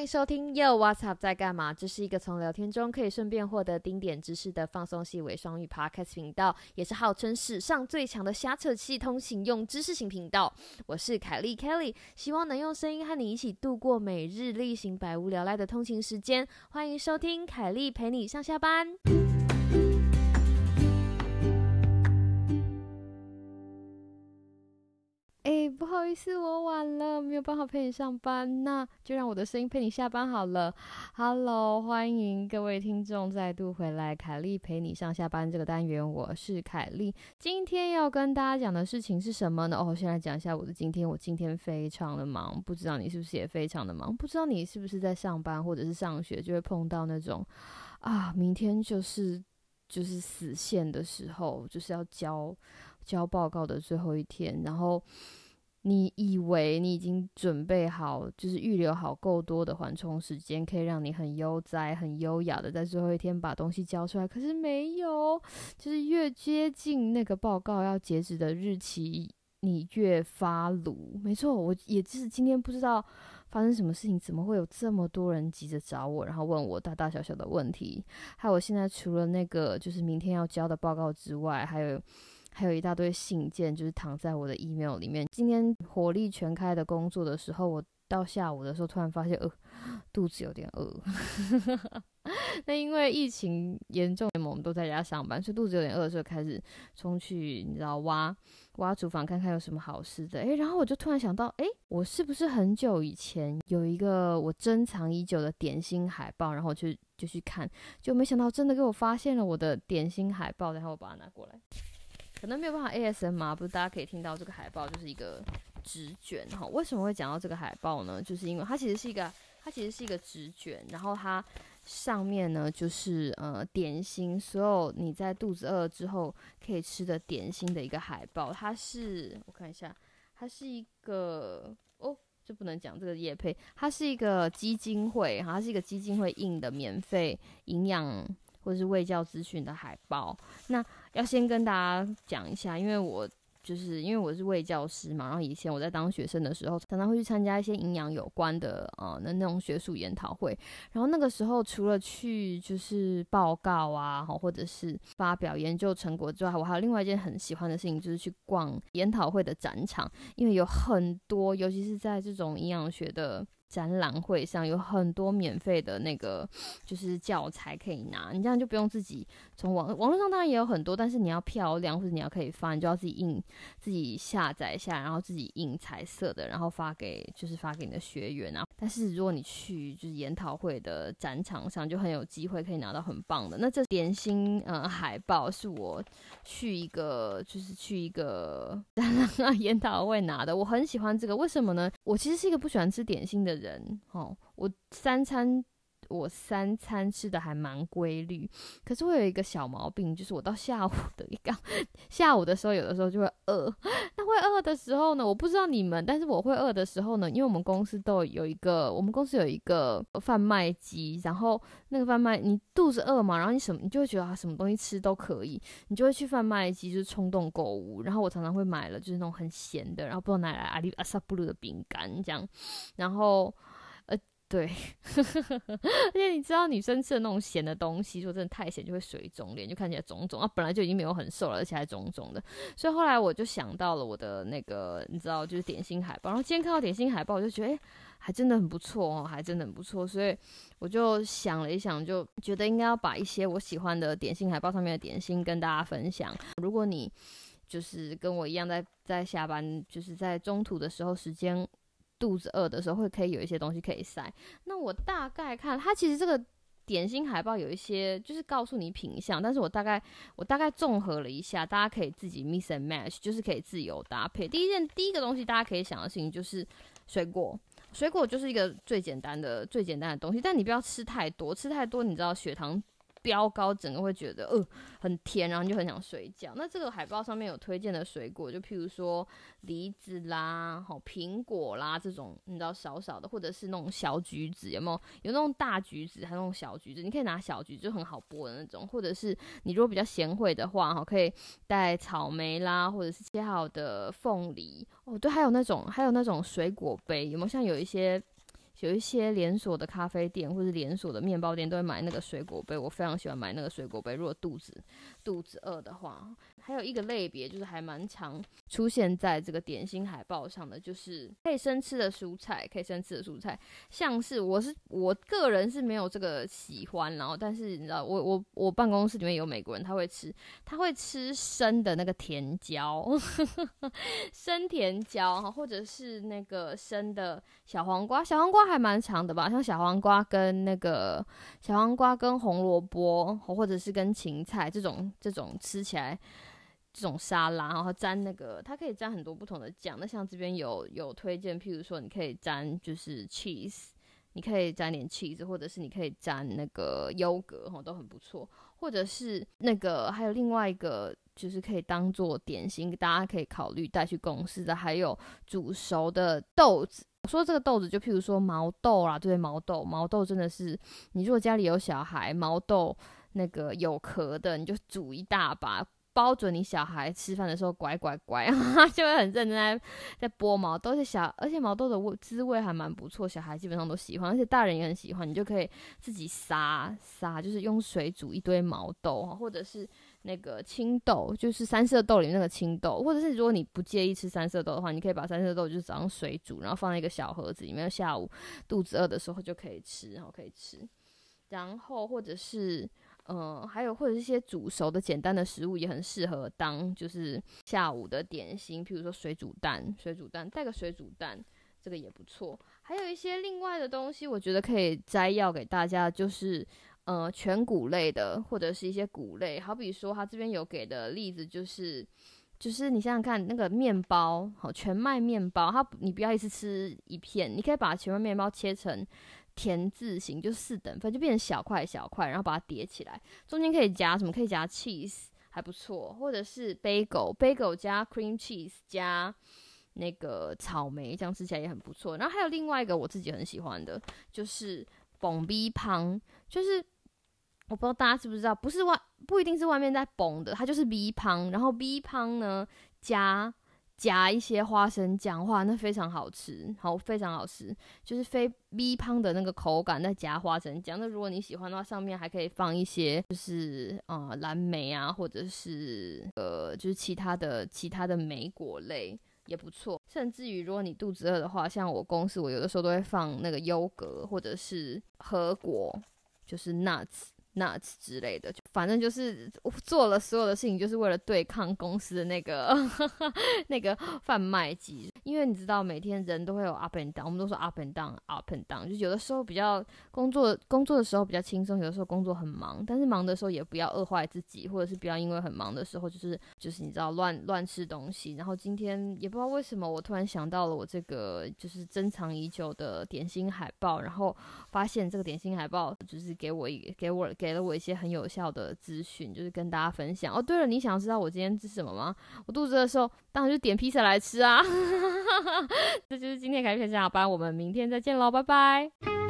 迎收听 Yo What's Up 在干嘛？这是一个从聊天中可以顺便获得丁点知识的放松系伪双语 Podcast 频道，也是号称史上最强的瞎扯气通行用知识型频道。我是凯莉 Kelly， 希望能用声音和你一起度过每日例行百无聊赖的通勤时间。欢迎收听凯莉陪你上下班。不好意思，我晚了，没有办法陪你上班，那就让我的声音陪你下班好了。Hello， 欢迎各位听众再度回来，凯莉陪你上下班这个单元，我是凯莉。今天要跟大家讲的事情是什么呢？先来讲一下我的今天。我今天非常的忙，不知道你是不是也非常的忙？不知道你是不是在上班或者是上学，就会碰到那种明天就是死线的时候，就是要交报告的最后一天，然后你以为你已经准备好，就是预留好够多的缓冲时间，可以让你很悠哉、很优雅的在最后一天把东西交出来，可是没有，就是越接近那个报告要截止的日期，你越发炉。没错，我也就是今天不知道发生什么事情，怎么会有这么多人急着找我，然后问我大大小小的问题。还有我现在除了那个就是明天要交的报告之外，还有一大堆信件，就是躺在我的 email 里面。今天火力全开的工作的时候，我到下午的时候突然发现肚子有点饿那因为疫情严重，我们都在家上班，所以肚子有点饿的时候开始冲去你知道挖厨房看看有什么好吃的。然后我就突然想到我是不是很久以前有一个我珍藏已久的点心海报，然后就去看，就没想到真的给我发现了我的点心海报。然后我把它拿过来，可能没有办法 ASMR， 不是大家可以听到这个海报就是一个纸卷。为什么会讲到这个海报呢？就是因为它其实是一个纸卷，然后它上面呢就是点心，所有你在肚子饿之后可以吃的点心的一个海报。它是我看一下，它是一个就不能讲这个业配，它是一个基金会，它是一个基金会印的免费营养或者是卫教资讯的海报。那要先跟大家讲一下，因为我是卫教师嘛，然后以前我在当学生的时候，常常会去参加一些营养有关的那种学术研讨会。然后那个时候除了去就是报告或者是发表研究成果之外，我还有另外一件很喜欢的事情，就是去逛研讨会的展场，因为有很多，尤其是在这种营养学的展览会上，有很多免费的那个就是教材可以拿，你这样就不用自己从网络上当然也有很多，但是你要漂亮或者你要可以发，你就要自己下载下，然后自己印彩色的，然后发给你的学员啊。但是如果你去就是研讨会的展场上，就很有机会可以拿到很棒的。那这点心海报是我去一个展览研讨会拿的，我很喜欢这个。为什么呢？我其实是一个不喜欢吃点心的人我三餐吃的还蛮规律，可是我有一个小毛病，就是我到下午的时候，有的时候就会饿。那会饿的时候呢，我不知道你们，但是我会饿的时候呢，因为我们公司有一个贩卖机，然后那个贩卖，你肚子饿嘛，然后你就会觉得什么东西吃都可以，你就会去贩卖机就是冲动购物。然后我常常会买了就是那种很咸的，然后不知道哪来阿萨布鲁的饼干这样，然后对而且你知道女生吃的那种咸的东西，如果真的太咸就会水肿脸，就看起来肿肿本来就已经没有很瘦了，而且还肿肿的。所以后来我就想到了我的那个你知道就是点心海报，然后今天看到点心海报我就觉得还真的很不错还真的很不错。所以我就想了一想，就觉得应该要把一些我喜欢的点心海报上面的点心跟大家分享。如果你就是跟我一样在下班，就是在中途的时候时间肚子饿的时候可以有一些东西可以塞。那我大概看它其实这个点心海报有一些就是告诉你品相，但是我大概综合了一下，大家可以自己 mix and match， 就是可以自由搭配。第一个东西大家可以想的事情就是水果就是一个最简单的东西，但你不要吃太多你知道血糖飙高，整个会觉得很甜，然后你就很想睡觉。那这个海报上面有推荐的水果，就譬如说梨子啦、苹果啦这种，你知道少少的，或者是那种小橘子，有那种大橘子，还有那种小橘子，你可以拿小橘子就很好剥的那种，或者是你如果比较贤惠的话，可以带草莓啦，或者是切好的凤梨对，还有那种水果杯，有没有像有一些有一些连锁的咖啡店或是连锁的面包店都会买那个水果杯，我非常喜欢买那个水果杯，如果肚子饿的话。还有一个类别就是还蛮常出现在这个点心海报上的，就是可以生吃的蔬菜，像是我个人是没有这个喜欢，然后但是你知道我办公室里面有美国人，他会吃生的那个甜椒生甜椒，或者是那个生的小黄瓜还蛮长的吧，像小黄瓜跟红萝卜，或者是跟芹菜这种吃起来这种沙拉，然后沾那个，它可以沾很多不同的酱。那像这边有推荐，譬如说你可以沾就是 cheese， 你可以沾点 cheese， 或者是你可以沾那个优格，都很不错。或者是那个还有另外一个就是可以当做点心，大家可以考虑带去公司的，还有煮熟的豆子。我说这个豆子就譬如说毛豆啦，对，毛豆真的是，你如果家里有小孩，毛豆那个有壳的，你就煮一大把，包准你小孩吃饭的时候乖，就会很认真在剥毛豆，而且毛豆的滋味还蛮不错，小孩基本上都喜欢，而且大人也很喜欢。你就可以自己撒，就是用水煮一堆毛豆，或者是那个青豆，就是三色豆里面那个青豆，或者是如果你不介意吃三色豆的话，你可以把三色豆就是早上水煮，然后放在一个小盒子里面，下午肚子饿的时候就可以吃，然后或者是还有或者是一些煮熟的简单的食物也很适合当就是下午的点心，譬如说水煮蛋带个水煮蛋，这个也不错。还有一些另外的东西，我觉得可以摘要给大家，就是全谷类的或者是一些谷类，好比说他这边有给的例子就是你想想看，那个面包，全麦面包，你不要一次吃一片，你可以把全麦面包切成田字形，就4等份，就变成小块，然后把它叠起来，中间可以夹什么？可以夹 cheese， 还不错，或者是 bagel 加 cream cheese 加那个草莓，这样吃起来也很不错。然后还有另外一个我自己很喜欢的，就是蹦逼胖，就是我不知道大家知不知道，不一定是外面在蹦的，它就是 B 胖，然后 B 胖呢加一些花生酱，哇，那非常好吃，非常好吃，就是非 B 胖的那个口感，再加花生酱。那如果你喜欢的话，上面还可以放一些就是蓝莓啊，或者是就是其他的莓果类也不错。甚至于如果你肚子饿的话，像我公司我有的时候都会放那个优格或者是核果，就是 nuts 之类的，反正就是做了所有的事情，就是为了对抗公司的那个那个贩卖机。因为你知道每天人都会有 up and down， 我们都说 up and down， 就有的时候比较工作的时候比较轻松，有的时候工作很忙，但是忙的时候也不要饿坏自己，或者是不要因为很忙的时候就是你知道乱吃东西。然后今天也不知道为什么我突然想到了我这个就是珍藏已久的点心海报，然后发现这个点心海报就是给了我一些很有效的资讯，就是跟大家分享。对了，你想知道我今天吃什么吗？我肚子饿的时候当然就点披萨来吃啊这就是今天凯莉陪下班，我们明天再见咯，拜拜。